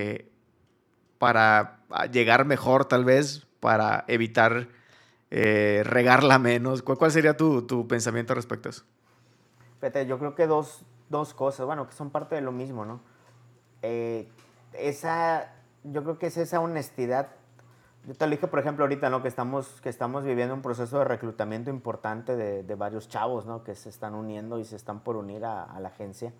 para llegar mejor tal vez, para evitar regarla menos? ¿Cuál sería tu pensamiento respecto a eso? Fíjate, yo creo que dos cosas, bueno, que son parte de lo mismo, ¿no? Yo creo que es esa honestidad. Yo te lo dije, por ejemplo, ahorita, ¿no? Que estamos viviendo un proceso de reclutamiento importante de varios chavos, ¿no? Que se están uniendo y se están por unir a la agencia.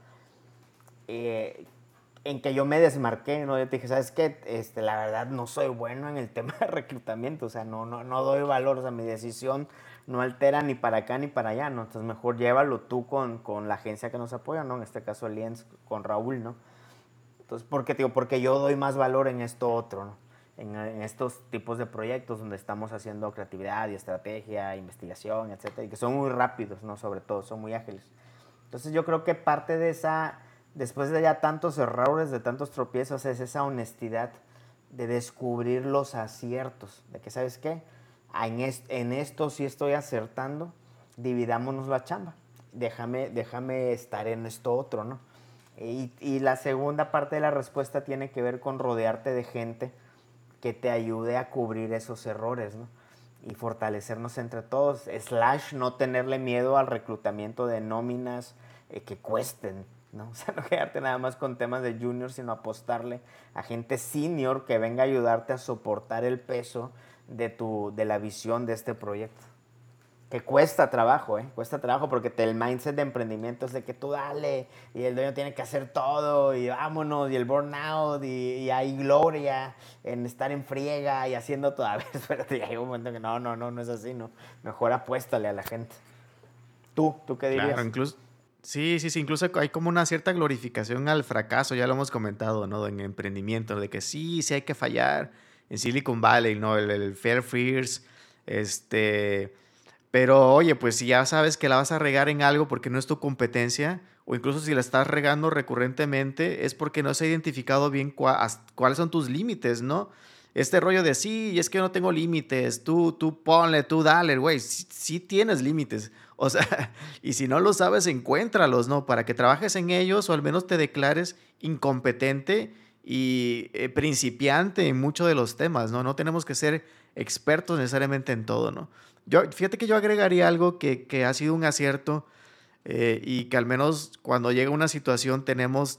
En que yo me desmarqué, ¿no? Yo te dije, ¿sabes qué? La verdad no soy bueno en el tema de reclutamiento, o sea, no doy valor, o sea, mi decisión no altera ni para acá ni para allá, ¿no? Entonces mejor llévalo tú con la agencia que nos apoya, ¿no? En este caso Aliens, con Raúl, ¿no? Entonces, ¿por qué? Porque yo doy más valor en esto otro, ¿no? En estos tipos de proyectos donde estamos haciendo creatividad y estrategia, investigación, etcétera, y que son muy rápidos, ¿no? Sobre todo, son muy ágiles. Entonces yo creo que parte de esa, después de ya tantos errores, de tantos tropiezos, es esa honestidad de descubrir los aciertos, de que, ¿sabes qué? En esto sí estoy acertando, dividámonos la chamba, déjame estar en esto otro, ¿no? Y la segunda parte de la respuesta tiene que ver con rodearte de gente que te ayude a cubrir esos errores, ¿no? Y fortalecernos entre todos, / no tenerle miedo al reclutamiento de nóminas que cuesten, ¿no? O sea, no quedarte nada más con temas de junior, sino apostarle a gente senior que venga a ayudarte a soportar el peso de la visión de este proyecto. Que cuesta trabajo, cuesta trabajo porque el mindset de emprendimiento es de que tú dale y el dueño tiene que hacer todo y vámonos y el burnout y hay gloria en estar en friega y haciendo todo. A ver, espérate, hay un momento que no es así, ¿no? Mejor apuéstale a la gente. ¿Tú qué dirías? Claro, incluso, sí, incluso hay como una cierta glorificación al fracaso, ya lo hemos comentado, ¿no? En emprendimiento, de que sí hay que fallar. En Silicon Valley, ¿no? El Fair Fears, Pero, oye, pues si ya sabes que la vas a regar en algo porque no es tu competencia, o incluso si la estás regando recurrentemente, es porque no se ha identificado bien cuáles son tus límites, ¿no? Este rollo de sí, es que yo no tengo límites, tú ponle, tú dale, güey, sí tienes límites. O sea, y si no lo sabes, encuéntralos, ¿no? Para que trabajes en ellos o al menos te declares incompetente y principiante en muchos de los temas, ¿no? No tenemos que ser expertos necesariamente en todo, ¿no? Fíjate que yo agregaría algo que ha sido un acierto y que al menos cuando llega una situación tenemos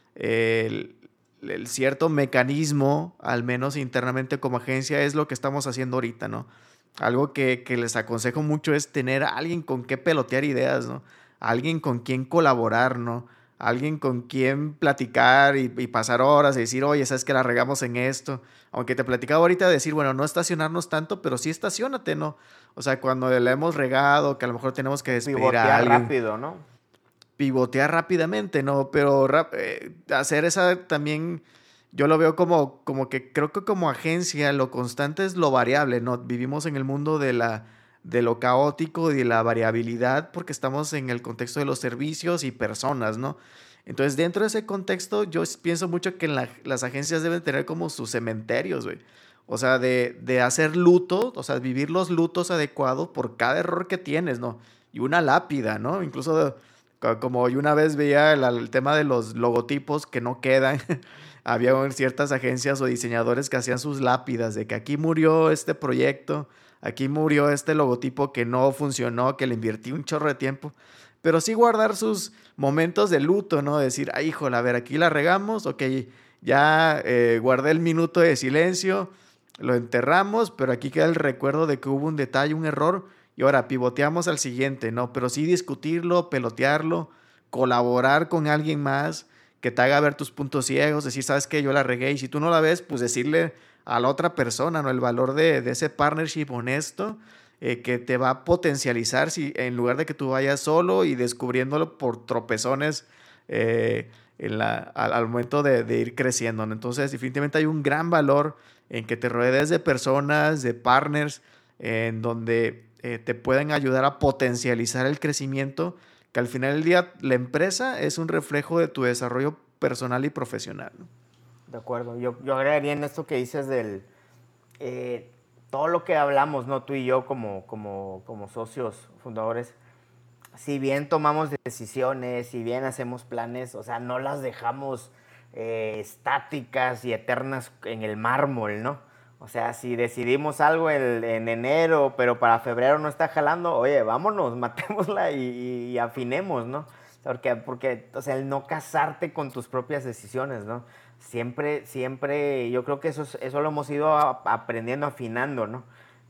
el cierto mecanismo, al menos internamente como agencia, es lo que estamos haciendo ahorita, ¿no? Algo que les aconsejo mucho es tener a alguien con qué pelotear ideas, ¿no? Alguien con quien colaborar, ¿no? Alguien con quien platicar y pasar horas y decir, oye, ¿sabes que la regamos en esto? Aunque te platicaba ahorita de decir, bueno, no estacionarnos tanto, pero sí estacionate, ¿no? O sea, cuando la hemos regado, que a lo mejor tenemos que despedir a alguien. Rápido, ¿no? Pivotear rápidamente, ¿no? Pero hacer esa también, yo lo veo como que creo que como agencia lo constante es lo variable, ¿no? Vivimos en el mundo de lo caótico y de la variabilidad porque estamos en el contexto de los servicios y personas, ¿no? Entonces, dentro de ese contexto, yo pienso mucho que las agencias deben tener como sus cementerios, güey. O sea, de hacer luto, o sea, vivir los lutos adecuados por cada error que tienes, ¿no? Y una lápida, ¿no? Incluso como yo una vez veía el tema de los logotipos que no quedan, había ciertas agencias o diseñadores que hacían sus lápidas de que aquí murió este proyecto, aquí murió este logotipo que no funcionó, que le invertí un chorro de tiempo. Pero sí guardar sus momentos de luto, ¿no? Decir, ay, híjole, a ver, aquí la regamos, ok, ya guardé el minuto de silencio, lo enterramos, pero aquí queda el recuerdo de que hubo un detalle, un error, y ahora pivoteamos al siguiente, ¿no? Pero sí discutirlo, pelotearlo, colaborar con alguien más que te haga ver tus puntos ciegos, decir, ¿sabes qué? Yo la regué, y si tú no la ves, pues decirle a la otra persona, ¿no? El valor de ese partnership honesto que te va a potencializar en lugar de que tú vayas solo y descubriéndolo por tropezones al momento de ir creciendo, ¿no? Entonces, definitivamente hay un gran valor en que te rodees de personas, de partners, en donde te pueden ayudar a potencializar el crecimiento, que al final del día la empresa es un reflejo de tu desarrollo personal y profesional, ¿no? De acuerdo. Yo agregaría en esto que dices todo lo que hablamos, ¿no? Tú y yo como socios fundadores, si bien tomamos decisiones, si bien hacemos planes, o sea, no las dejamos estáticas y eternas en el mármol, ¿no? O sea, si decidimos algo en enero, pero para febrero no está jalando, oye, vámonos, matémosla y afinemos, ¿no? Porque, o sea, el no casarte con tus propias decisiones, ¿no? Siempre, yo creo que eso lo hemos ido aprendiendo, afinando, ¿no?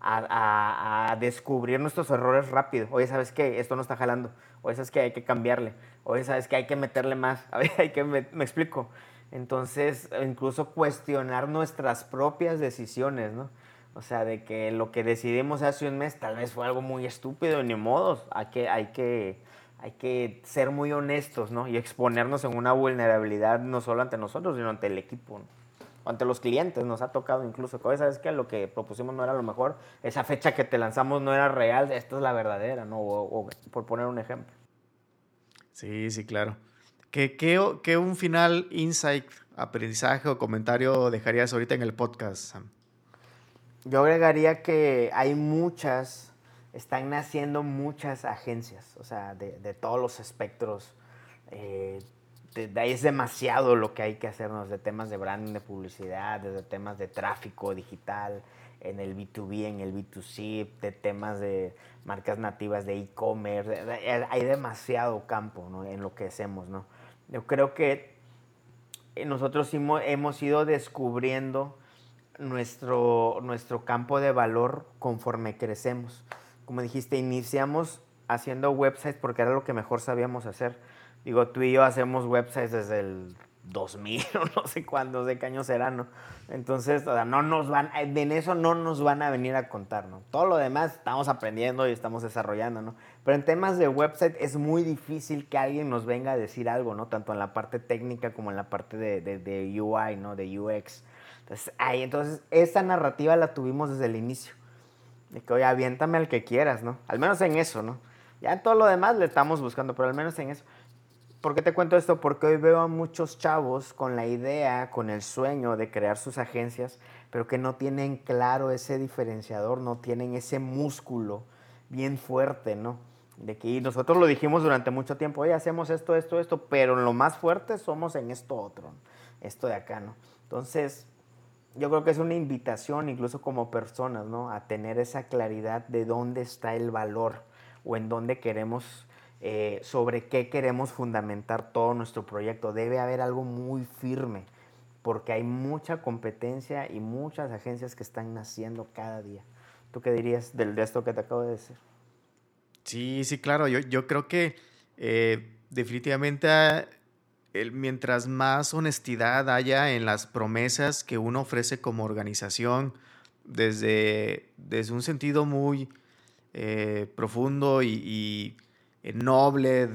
A descubrir nuestros errores rápido. Oye, ¿sabes qué? Esto no está jalando. Oye, ¿sabes qué? Hay que cambiarle. Oye, ¿sabes qué? Hay que meterle más. Oye, me explico. Entonces, incluso cuestionar nuestras propias decisiones, ¿no? O sea, de que lo que decidimos hace un mes tal vez fue algo muy estúpido, ni modos. Hay que ser muy honestos, ¿no? Y exponernos en una vulnerabilidad no solo ante nosotros, sino ante el equipo, ¿no? O ante los clientes. Nos ha tocado incluso, ¿sabes qué? Lo que propusimos no era lo mejor. Esa fecha que te lanzamos no era real. Esta es la verdadera, ¿no? O por poner un ejemplo. Sí, sí, claro. ¿Qué un final insight, aprendizaje o comentario dejarías ahorita en el podcast, Sam? Yo agregaría que están naciendo muchas agencias, o sea, de todos los espectros. De ahí es demasiado lo que hay que hacernos de temas de branding, de publicidad, de temas de tráfico digital, en el B2B, en el B2C, de temas de marcas nativas de e-commerce. Hay demasiado campo, ¿no? En lo que hacemos, ¿no? Yo creo que nosotros hemos ido descubriendo nuestro campo de valor conforme crecemos. Como dijiste, iniciamos haciendo websites porque era lo que mejor sabíamos hacer. Digo, tú y yo hacemos websites desde el 2000 o no sé cuándo, no sé qué año será, ¿no? Entonces, o sea, en eso no nos van a venir a contar, ¿no? Todo lo demás estamos aprendiendo y estamos desarrollando, ¿no? Pero en temas de website es muy difícil que alguien nos venga a decir algo, ¿no? Tanto en la parte técnica como en la parte de UI, ¿no? De UX. Entonces, esa narrativa la tuvimos desde el inicio. De que, oye, aviéntame al que quieras, ¿no? Al menos en eso, ¿no? Ya en todo lo demás le estamos buscando, pero al menos en eso. ¿Por qué te cuento esto? Porque hoy veo a muchos chavos con la idea, con el sueño de crear sus agencias, pero que no tienen claro ese diferenciador, no tienen ese músculo bien fuerte, ¿no? De que nosotros lo dijimos durante mucho tiempo, oye, hacemos esto, pero lo más fuerte somos en esto otro, ¿no? Esto de acá, ¿no? Entonces, yo creo que es una invitación, incluso como personas, ¿no? A tener esa claridad de dónde está el valor o en dónde queremos, sobre qué queremos fundamentar todo nuestro proyecto. Debe haber algo muy firme, porque hay mucha competencia y muchas agencias que están naciendo cada día. ¿Tú qué dirías de esto que te acabo de decir? Sí, sí, claro. Yo creo que definitivamente mientras más honestidad haya en las promesas que uno ofrece como organización, desde un sentido muy profundo y noble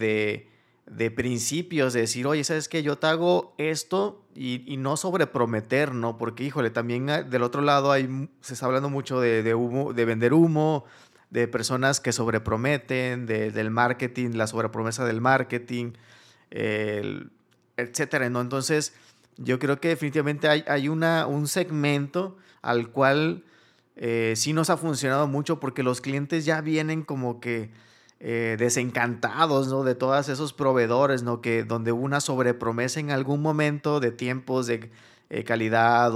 de principios, de decir, oye, ¿sabes qué? Yo te hago esto y no sobreprometer, ¿no? Porque, híjole, también del otro lado se está hablando mucho de humo, de vender humo, de personas que sobreprometen, del marketing, la sobrepromesa del marketing, etcétera, ¿no? Entonces, yo creo que definitivamente hay un segmento al cual sí nos ha funcionado mucho porque los clientes ya vienen como que desencantados, ¿no? De todos esos proveedores, ¿no? Donde hubo una sobrepromesa en algún momento de tiempos de calidad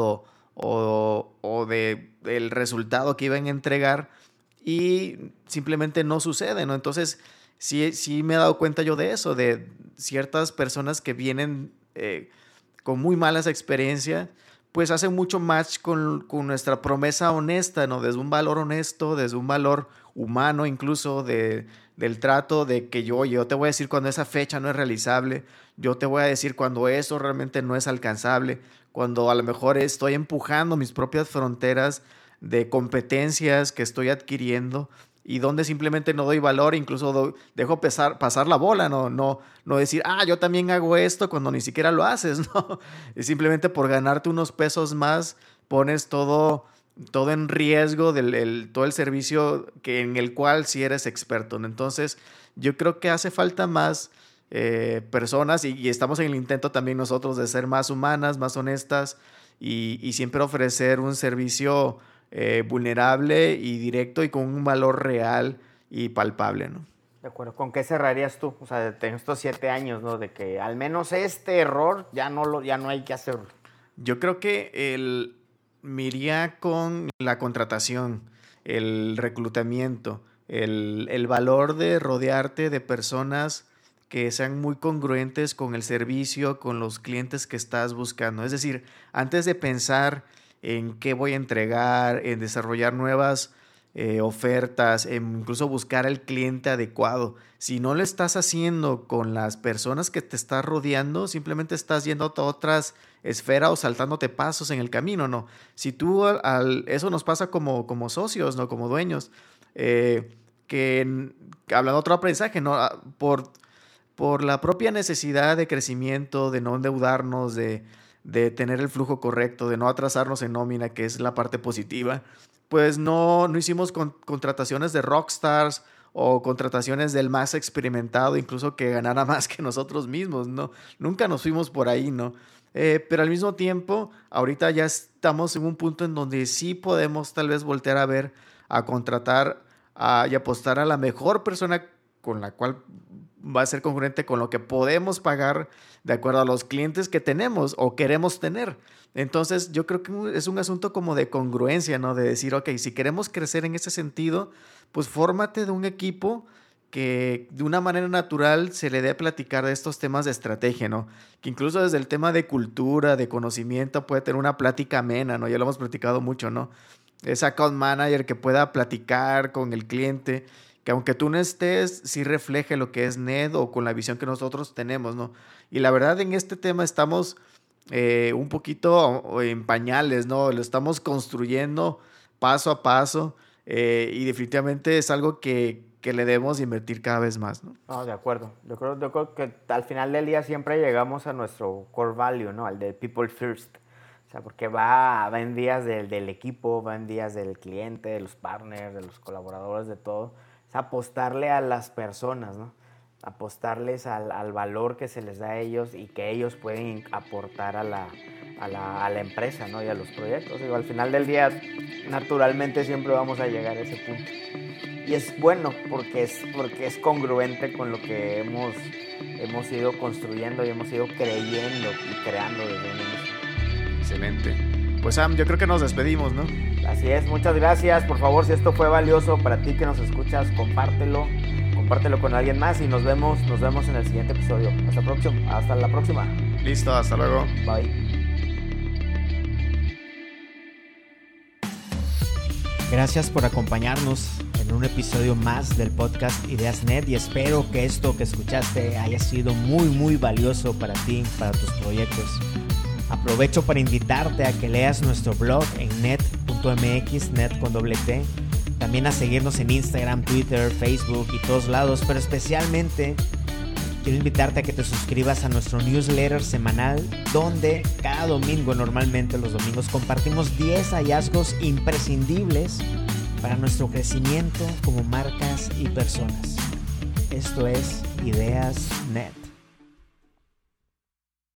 o del resultado que iban a entregar y simplemente no sucede, ¿no? Entonces, sí me he dado cuenta yo de eso, de ciertas personas que vienen con muy malas experiencias, pues hacen mucho match con nuestra promesa honesta, ¿no? Desde un valor honesto, desde un valor humano incluso, del trato de que yo te voy a decir cuando esa fecha no es realizable, yo te voy a decir cuando eso realmente no es alcanzable, cuando a lo mejor estoy empujando mis propias fronteras de competencias que estoy adquiriendo y donde simplemente no doy valor, incluso dejo pasar la bola, no decir, yo también hago esto cuando ni siquiera lo haces, ¿no? Y simplemente por ganarte unos pesos más pones todo en riesgo todo el servicio en el cual sí eres experto, ¿no? Entonces, yo creo que hace falta más personas y estamos en el intento también nosotros de ser más humanas, más honestas y siempre ofrecer un servicio vulnerable y directo y con un valor real y palpable, ¿no? De acuerdo. ¿Con qué cerrarías tú? O sea, en estos 7 años, ¿no? De que al menos este error ya no hay que hacerlo. Yo creo que me iría con la contratación, el reclutamiento, el valor de rodearte de personas que sean muy congruentes con el servicio, con los clientes que estás buscando. Es decir, antes de pensar en qué voy a entregar, en desarrollar nuevas ofertas, en incluso buscar al cliente adecuado, si no lo estás haciendo con las personas que te estás rodeando, simplemente estás yendo a otras esferas o saltándote pasos en el camino, ¿no? Si tú, eso nos pasa como socios, ¿no? Como dueños, hablando de otro aprendizaje, ¿no? Por la propia necesidad de crecimiento, de no endeudarnos, de tener el flujo correcto, de no atrasarnos en nómina, que es la parte positiva, pues no hicimos contrataciones de rockstars o contrataciones del más experimentado, incluso que ganara más que nosotros mismos, ¿no? Nunca nos fuimos por ahí, ¿no? Pero al mismo tiempo, ahorita ya estamos en un punto en donde sí podemos tal vez voltear a ver, a contratar y apostar a la mejor persona con la cual va a ser congruente con lo que podemos pagar de acuerdo a los clientes que tenemos o queremos tener. Entonces, yo creo que es un asunto como de congruencia, ¿no? De decir, ok, si queremos crecer en ese sentido, pues fórmate de un equipo que de una manera natural se le dé a platicar de estos temas de estrategia, ¿no? Que incluso desde el tema de cultura, de conocimiento, puede tener una plática amena, ¿no? Ya lo hemos platicado mucho, ¿no? Ese account manager que pueda platicar con el cliente, que aunque tú no estés, sí refleje lo que es NED o con la visión que nosotros tenemos, ¿no? Y la verdad, en este tema estamos un poquito en pañales, ¿no? Lo estamos construyendo paso a paso y definitivamente es algo que le debemos invertir cada vez más, ¿no? No, de acuerdo. Yo creo que al final del día siempre llegamos a nuestro core value, ¿no? Al de people first. O sea, porque va en días del equipo, va en días del cliente, de los partners, de los colaboradores, de todo. Es apostarle a las personas, ¿no? Apostarles al valor que se les da a ellos y que ellos pueden aportar a la empresa, ¿no? Y a los proyectos. Digo, al final del día, naturalmente siempre vamos a llegar a ese punto. Y es bueno porque es congruente con lo que hemos ido construyendo y hemos ido creyendo y creando desde un inicio. Excelente. Pues Sam, yo creo que nos despedimos, ¿no? Así es, muchas gracias. Por favor, si esto fue valioso para ti que nos escuchas, compártelo con alguien más y nos vemos en el siguiente episodio. Hasta la próxima. Listo, hasta luego. Bye. Gracias por acompañarnos en un episodio más del podcast Ideas Net y espero que esto que escuchaste haya sido muy, muy valioso para ti, para tus proyectos. Aprovecho para invitarte a que leas nuestro blog en net.mx, net con doble T. También a seguirnos en Instagram, Twitter, Facebook y todos lados, pero especialmente quiero invitarte a que te suscribas a nuestro newsletter semanal, donde cada domingo, normalmente los domingos, compartimos 10 hallazgos imprescindibles para nuestro crecimiento como marcas y personas. Esto es Ideas Net.